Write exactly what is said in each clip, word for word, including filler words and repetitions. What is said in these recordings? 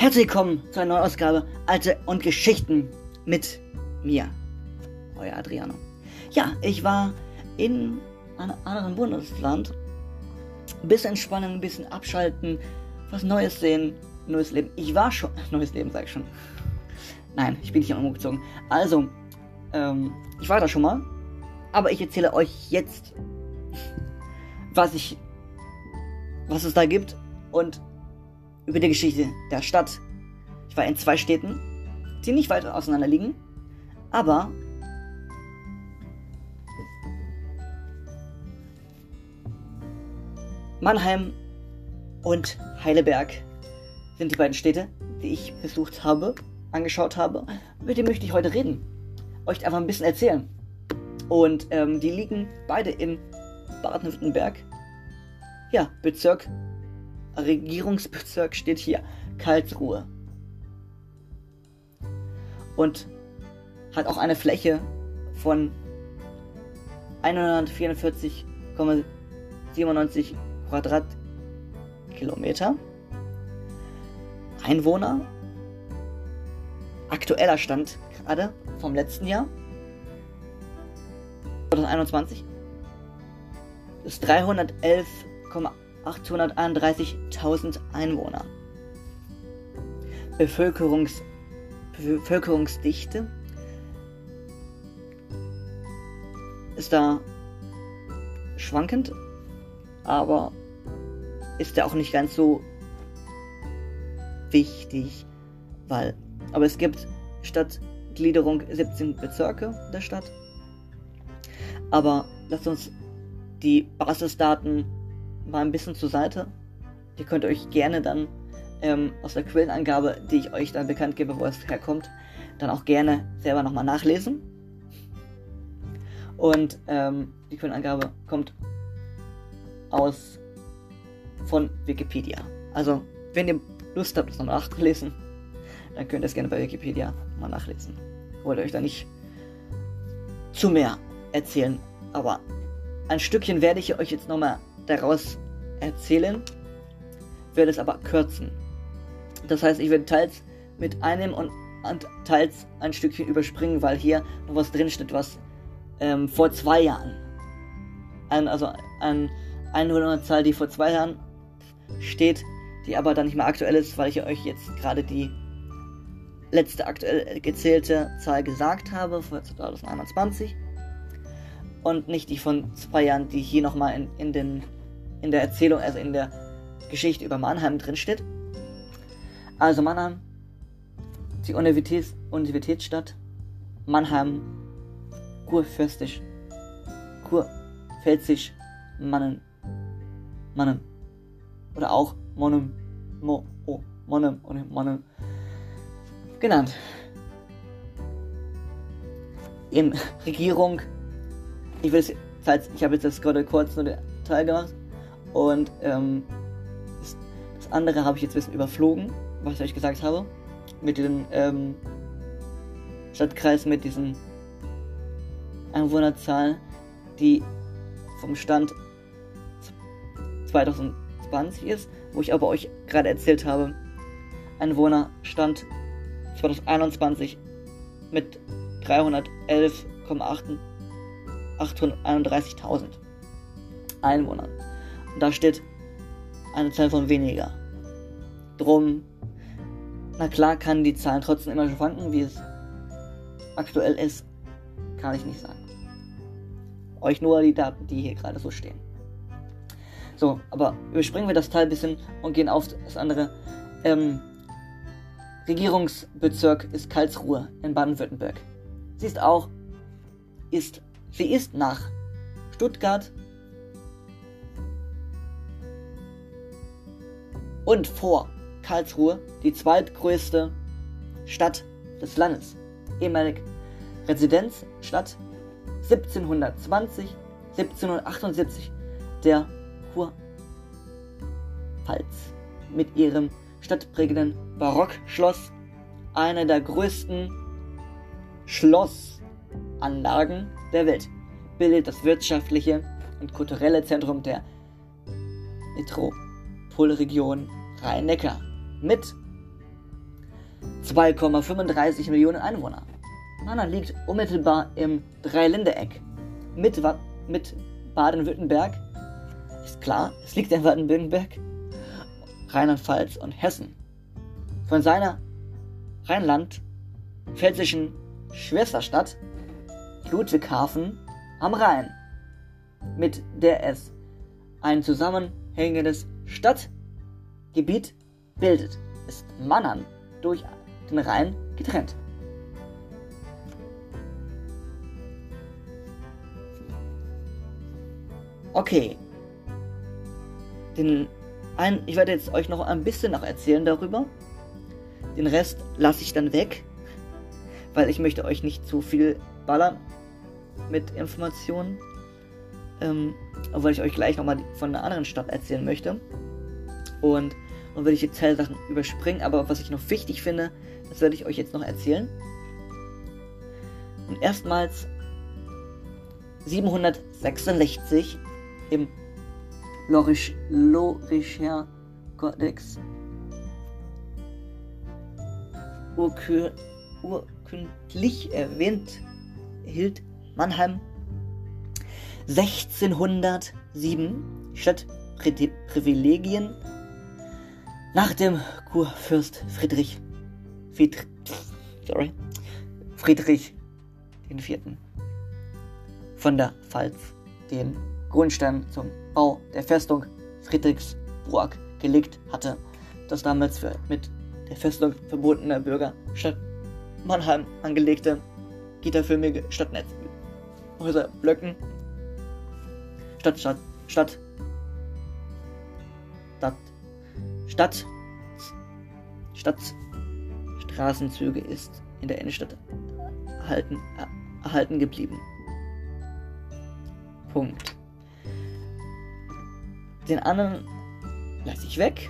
Herzlich willkommen zu einer neuen Ausgabe Alte und Geschichten mit mir, euer Adriano. Ja, ich war in einem anderen Bundesland. Ein bisschen entspannen, ein bisschen abschalten, was Neues sehen, neues Leben. Ich war schon, neues Leben sag ich schon. Nein, ich bin nicht umgezogen. Also, ähm, ich war da schon mal, aber ich erzähle euch jetzt, was ich, was es da gibt und über die Geschichte der Stadt. Ich war in zwei Städten, die nicht weit auseinander liegen, aber Mannheim und Heidelberg sind die beiden Städte, die ich besucht habe, angeschaut habe. Mit denen möchte ich heute reden, euch einfach ein bisschen erzählen. Und ähm, die liegen beide in Baden-Württemberg. Ja, Bezirk, Regierungsbezirk steht hier, Karlsruhe. Und hat auch eine Fläche von hundertvierundvierzig Komma siebenundneunzig Quadratkilometer. Einwohner. Aktueller Stand gerade vom letzten Jahr. zwanzig einundzwanzig. Ist dreihundertelf Komma achthunderteinunddreißigtausend Einwohner. Bevölkerungs, Bevölkerungsdichte ist da schwankend, aber ist ja auch nicht ganz so wichtig, weil, aber es gibt Stadtgliederung siebzehn Bezirke der Stadt, aber lasst uns die Basisdaten mal ein bisschen zur Seite. Ihr könnt euch gerne dann ähm, aus der Quellenangabe, die ich euch dann bekannt gebe, wo es herkommt, dann auch gerne selber nochmal nachlesen. Und ähm, die Quellenangabe kommt aus von Wikipedia. Also, wenn ihr Lust habt, das nochmal nachzulesen, dann könnt ihr es gerne bei Wikipedia mal nachlesen. Ich wollte euch da nicht zu mehr erzählen, aber ein Stückchen werde ich euch jetzt nochmal daraus erzählen, werde es aber kürzen. Das heißt, ich werde teils mit einem und, und teils ein Stückchen überspringen, weil hier noch was drin steht, was ähm, vor zwei Jahren, ein, also eine Einwohnerzahl, die vor zwei Jahren steht, die aber dann nicht mehr aktuell ist, weil ich euch jetzt gerade die letzte aktuell gezählte Zahl gesagt habe, für zwanzig einundzwanzig. Und nicht die von zwei Jahren, die hier nochmal in, in, den, in der Erzählung, also in der Geschichte über Mannheim drin steht. Also Mannheim, die Universitäts Universitätsstadt, Mannheim, kurfürstisch, kurpfälzisch, Mannen, Mannen, oder auch Monum, Mo, oh, Monum und Monum genannt. In Regierung, ich will es, ich habe jetzt das gerade kurz nur den Teil gemacht und ähm, das, das andere habe ich jetzt ein bisschen überflogen, was ich euch gesagt habe, mit dem ähm, Stadtkreis, mit diesen Einwohnerzahlen, die vom Stand zwanzig zwanzig ist, wo ich aber euch gerade erzählt habe, Einwohnerstand zwanzig einundzwanzig mit dreihundertelf Komma achthunderteinunddreißigtausend Einwohnern. Und da steht eine Zahl von weniger. Drum, na klar kann die Zahlen trotzdem immer schwanken, wie es aktuell ist, kann ich nicht sagen. Euch nur die Daten, die hier gerade so stehen. So, aber überspringen wir das Teil ein bisschen und gehen auf das andere. Ähm, Regierungsbezirk ist Karlsruhe in Baden-Württemberg. Sie ist auch, ist, sie ist nach Stuttgart und vor Karlsruhe die zweitgrößte Stadt des Landes. Ehemalig Residenzstadt siebzehnhundertzwanzig, siebzehnhundertachtundsiebzig der Kurpfalz mit ihrem stadtprägenden Barockschloss, eine der größten Schlossanlagen der Welt, bildet das wirtschaftliche und kulturelle Zentrum der Metropolregion Rhein-Neckar mit zwei Komma fünfunddreißig Millionen Einwohner. Mannheim liegt unmittelbar im Dreiländereck mit, mit Baden-Württemberg. Ist klar, es liegt in Baden-Württemberg, Rheinland-Pfalz und Hessen. Von seiner rheinland-pfälzischen Schwesterstadt Ludwigshafen am Rhein, mit der es ein zusammenhängendes Stadtgebiet bildet, ist Mannheim durch den Rhein getrennt. Okay. Den ein, ich werde jetzt euch noch ein bisschen noch erzählen darüber. Den Rest lasse ich dann weg, weil ich möchte euch nicht zu viel ballern mit Informationen. Ähm, obwohl ich euch gleich nochmal von einer anderen Stadt erzählen möchte. Und dann würde ich jetzt Teilsachen überspringen, aber was ich noch wichtig finde, das werde ich euch jetzt noch erzählen. Und erstmals siebenhundertsechsundsechzig im Lorischer Kodex urkü- urkundlich erwähnt hielt Mannheim sechzehnhundertsieben Stadtprivilegien nach dem Kurfürst Friedrich Friedrich, sorry, Friedrich den Vierten von der Pfalz den Grundstein zum Bau der Festung Friedrichsburg gelegt hatte. Das damals für mit der Festung verbundene Bürgerstadt Mannheim angelegte gitterförmige Stadtnetz. Häuser, Blöcken, Stadt, Stadt, Stadt, Stadt, Stadt, Stadt, Straßenzüge ist in der Innenstadt erhalten, erhalten geblieben. Punkt. Den anderen lasse ich weg.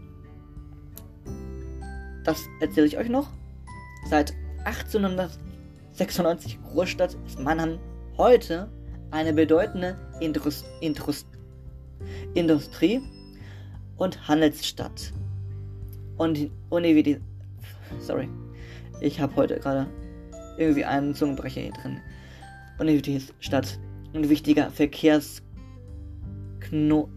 Das erzähle ich euch noch. Seit achtzehnhundertsechsundneunzig Großstadt ist Mannheim heute eine bedeutende Indrus- Indrus- Industrie- und Handelsstadt. Und Universität. Sorry. Ich habe heute gerade irgendwie einen Zungenbrecher hier drin. Universitätsstadt und wichtiger Verkehrskno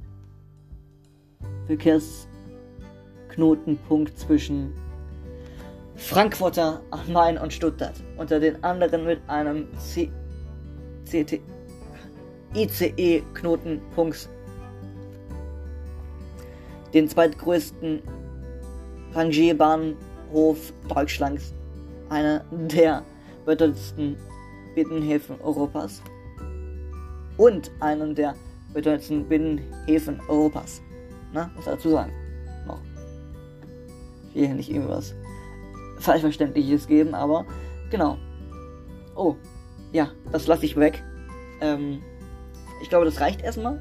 Verkehrsknotenpunkt zwischen Frankfurter am Main und Stuttgart. Unter den anderen mit einem C- CT I C E-Knotenpunkt, den zweitgrößten Rangierbahnhof Deutschlands, einer der bedeutendsten Binnenhäfen Europas und einen der bedeutendsten Binnenhäfen Europas. Na, was dazu sagen? Noch. Ich will hier nicht irgendwas Falschverständliches geben, aber genau. Oh, ja, das lasse ich weg. Ähm, ich glaube, das reicht erstmal.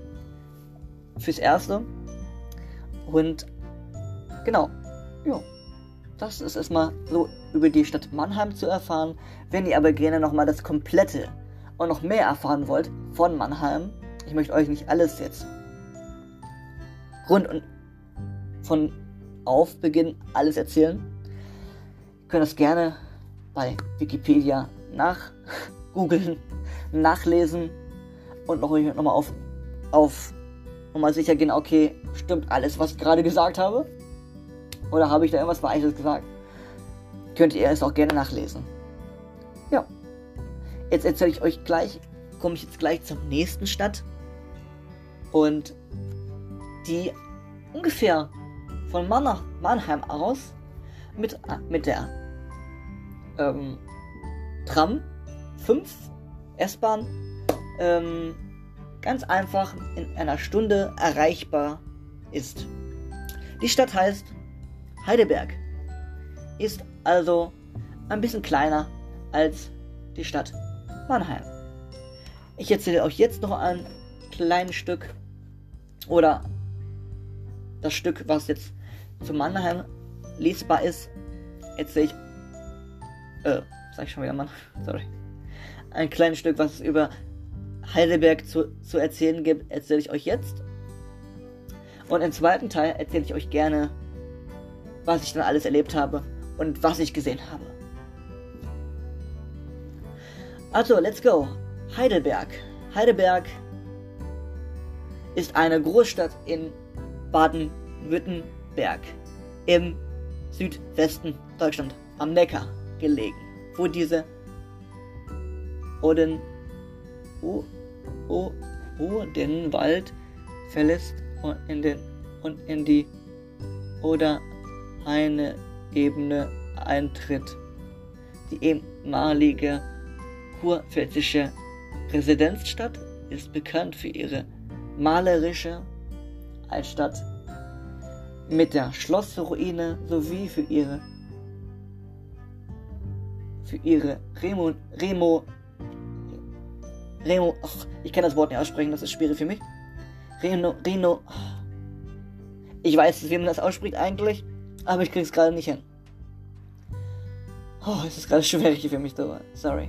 Fürs Erste. Und genau. Ja. Das ist erstmal so über die Stadt Mannheim zu erfahren. Wenn ihr aber gerne nochmal das Komplette und noch mehr erfahren wollt von Mannheim, ich möchte euch nicht alles jetzt rund und von auf Beginn alles erzählen. Ihr könnt das gerne bei Wikipedia nach googeln, nachlesen und noch nochmal auf, auf nochmal sicher gehen, okay, stimmt alles, was ich gerade gesagt habe? Oder habe ich da irgendwas Falsches gesagt? Könnt ihr es auch gerne nachlesen. Ja. Jetzt erzähle ich euch gleich, komme ich jetzt gleich zur nächsten Stadt. Und die ungefähr von Mann- Mannheim aus mit, mit der ähm, Tram fünf S-Bahn ähm, ganz einfach in einer Stunde erreichbar ist. Die Stadt heißt Heidelberg, ist also ein bisschen kleiner als die Stadt Mannheim. Ich erzähle euch jetzt noch ein kleines Stück oder das Stück, was jetzt zu Mannheim lesbar ist, erzähle ich, äh, sag ich schon wieder Mann, sorry, ein kleines Stück, was es über Heidelberg zu, zu erzählen gibt, erzähle ich euch jetzt. Und im zweiten Teil erzähle ich euch gerne was ich dann alles erlebt habe und was ich gesehen habe. Also, let's go. Heidelberg. Heidelberg ist eine Großstadt in Baden-Württemberg im Südwesten Deutschland am Neckar gelegen, wo diese Oden, o, o, Odenwald verlässt und in, den, und in die Oder-Heine-Ebene eintritt. Die ehemalige kurpfälzische Residenzstadt ist bekannt für ihre malerische Altstadt mit der Schlossruine sowie für ihre für ihre Remo Remo Remo ach, ich kann das Wort nicht aussprechen, das ist schwierig für mich. Reno Reno Ich weiß, wie man das ausspricht eigentlich, aber ich krieg's gerade nicht hin. Oh, es ist gerade schwierig für mich, dabei. Sorry.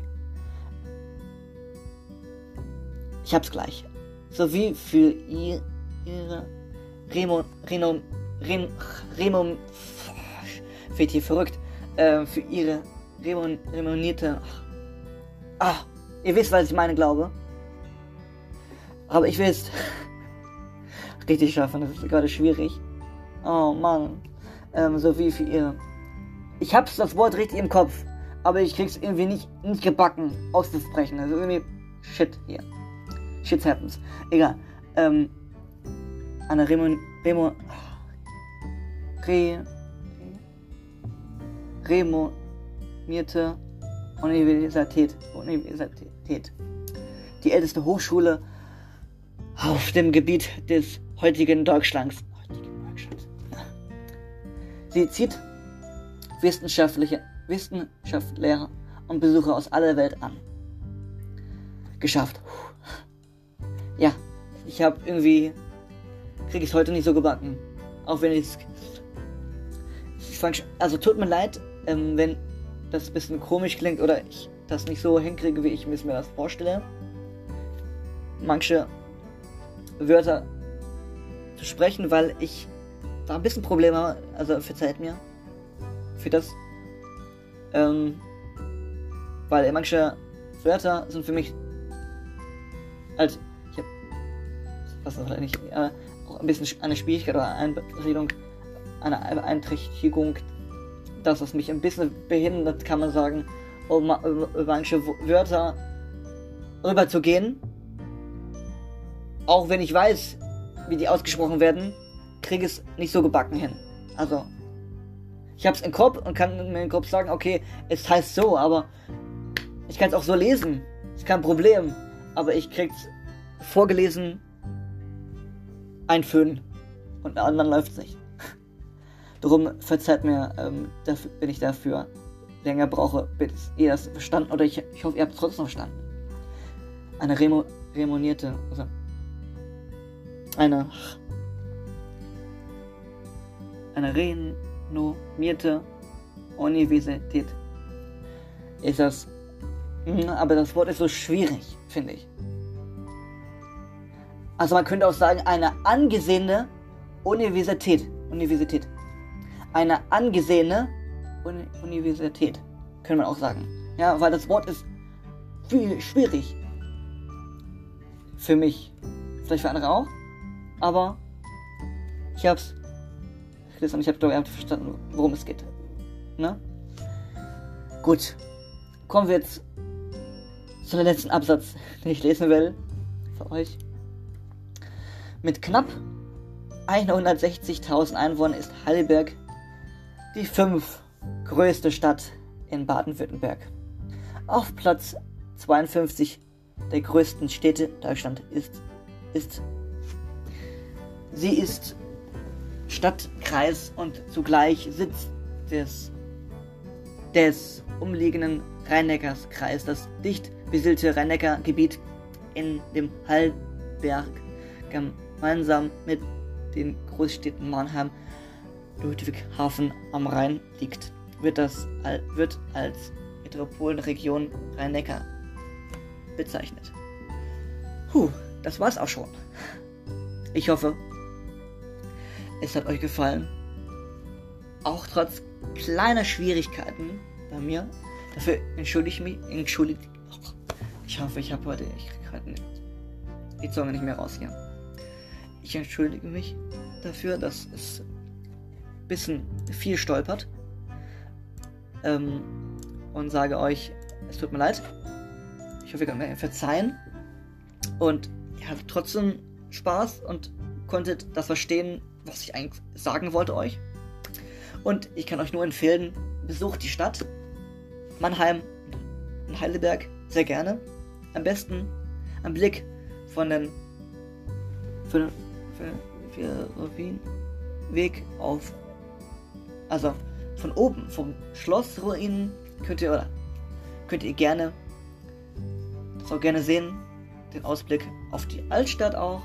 Ich hab's gleich. Sowie für ihr, ihre Remo, Reno, Ren, Remo, wird hier verrückt, äh, für ihre Remon, remonierte, ah, ihr wisst, was ich meine, glaube. Aber ich will es richtig schaffen, das ist gerade schwierig. Oh Mann, ähm, sowie für ihre, ich hab's das Wort richtig im Kopf, aber ich krieg's irgendwie nicht, nicht gebacken auszusprechen, also irgendwie, shit, hier. Shit happens. Egal. Ähm, eine Remo, Remo, Re, remonierte Universität, Universität. Die älteste Hochschule auf dem Gebiet des heutigen Deutschlands. Heutigen Deutschlands. Sie zieht wissenschaftliche Wissenschaftler und Besucher aus aller Welt an. Geschafft. Ja, ich habe irgendwie, kriege ich es heute nicht so gebacken. Auch wenn ich es, also tut mir leid, ähm, wenn das ein bisschen komisch klingt oder ich das nicht so hinkriege, wie ich mir das vorstelle. Manche Wörter zu sprechen, weil ich da ein bisschen Probleme habe, also verzeiht mir für das. Ähm, weil manche Wörter sind für mich als ich habe was ist nicht, äh, auch ein bisschen eine Schwierigkeit oder Einredung, eine Beeinträchtigung, dass es mich ein bisschen behindert, kann man sagen, um über manche Wörter rüberzugehen. Auch wenn ich weiß, wie die ausgesprochen werden, kriege ich es nicht so gebacken hin. Also, ich habe es im Kopf und kann mir im Kopf sagen, okay, es heißt so, aber ich kann es auch so lesen. Ist kein Problem. Aber ich krieg's vorgelesen einführen und dann läuft's nicht. Darum verzeiht mir, ähm, dafür, wenn ich dafür länger brauche, bis ihr das verstanden, oder ich, ich hoffe, ihr habt es trotzdem verstanden. Eine Remo, remonierte, also eine eine renommierte Universität ist das, aber das Wort ist so schwierig, finde ich. Also man könnte auch sagen, eine angesehene Universität. Universität. Eine angesehene Uni Universität. Könnte man auch sagen. Ja, weil das Wort ist viel schwierig. Für mich. Vielleicht für andere auch. Aber ich hab's gelesen und ich habe glaube ich verstanden, worum es geht. Ne? Gut. Kommen wir jetzt zu dem letzten Absatz, den ich lesen will. Für euch. Mit knapp hundertsechzigtausend Einwohnern ist Heidelberg die fünf größte Stadt in Baden-Württemberg. Auf Platz zweiundfünfzig der größten Städte Deutschlands ist, ist sie ist Stadtkreis und zugleich Sitz des, des umliegenden Rhein-Neckar-Kreis. Das dicht besiedelte Rhein-Neckar-Gebiet in dem Heidelberg gemeinsam mit den Großstädten Mannheim, Ludwigshafen am Rhein liegt, wird, das, wird als Metropolregion Rhein-Neckar bezeichnet. Puh, das war's auch schon. Ich hoffe, es hat euch gefallen. auch trotz kleiner Schwierigkeiten bei mir. Dafür entschuldige ich mich, entschuldige, ich hoffe, ich habe heute, ich kriege heute die Zunge nicht mehr raus hier. Ich entschuldige mich dafür, dass es ein bisschen viel stolpert. Ähm, und sage euch, es tut mir leid. Ich hoffe, ihr könnt mir verzeihen. Und ihr hattet trotzdem Spaß und konntet das verstehen, was ich eigentlich sagen wollte euch. Und ich kann euch nur empfehlen, besucht die Stadt Mannheim und Heidelberg sehr gerne. Am besten am Blick von den für, für, für Wien Weg auf, also von oben, vom Schlossruinen könnt ihr oder könnt ihr gerne das auch gerne sehen, den Ausblick auf die Altstadt auch,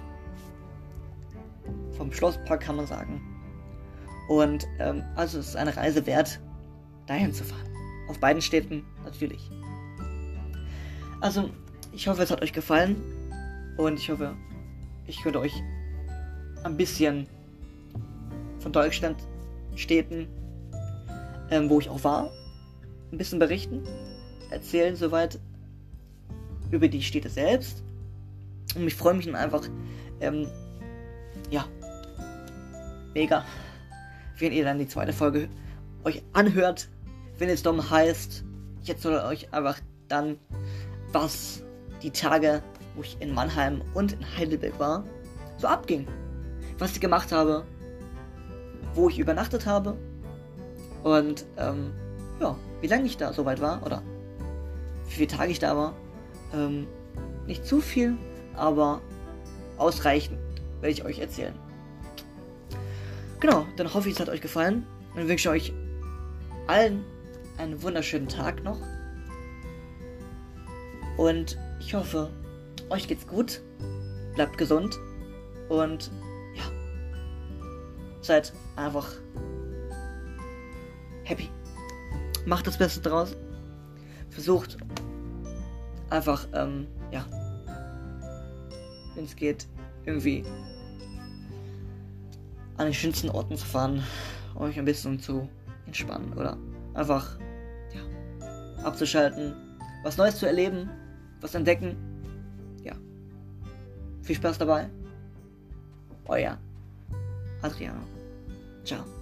vom Schlosspark kann man sagen. Und ähm, also es ist eine Reise wert, dahin zu fahren. Auf beiden Städten natürlich. Also ich hoffe, es hat euch gefallen und ich hoffe, ich könnte euch ein bisschen von Deutschland Städten, ähm, wo ich auch war, ein bisschen berichten, erzählen soweit über die Städte selbst. Und ich freue mich dann einfach, ähm, ja, mega, wenn ihr dann die zweite Folge euch anhört, wenn es dann heißt, jetzt soll euch einfach dann, was die Tage, wo ich in Mannheim und in Heidelberg war, so abging. Was ich gemacht habe, wo ich übernachtet habe und ähm, ja, wie lange ich da soweit war oder wie viele Tage ich da war. Ähm, nicht zu viel, aber ausreichend werde ich euch erzählen. Genau, dann hoffe ich, es hat euch gefallen und wünsche euch allen einen wunderschönen Tag noch. Und ich hoffe, euch geht's gut, bleibt gesund und ja, seid einfach happy. Macht das Beste draus. Versucht einfach, ähm, ja, wenn es geht, irgendwie an den schönsten Orten zu fahren, euch ein bisschen zu entspannen oder einfach, ja, abzuschalten, was Neues zu erleben, was entdecken. Ja. Viel Spaß dabei. Euer Adriano. Ciao.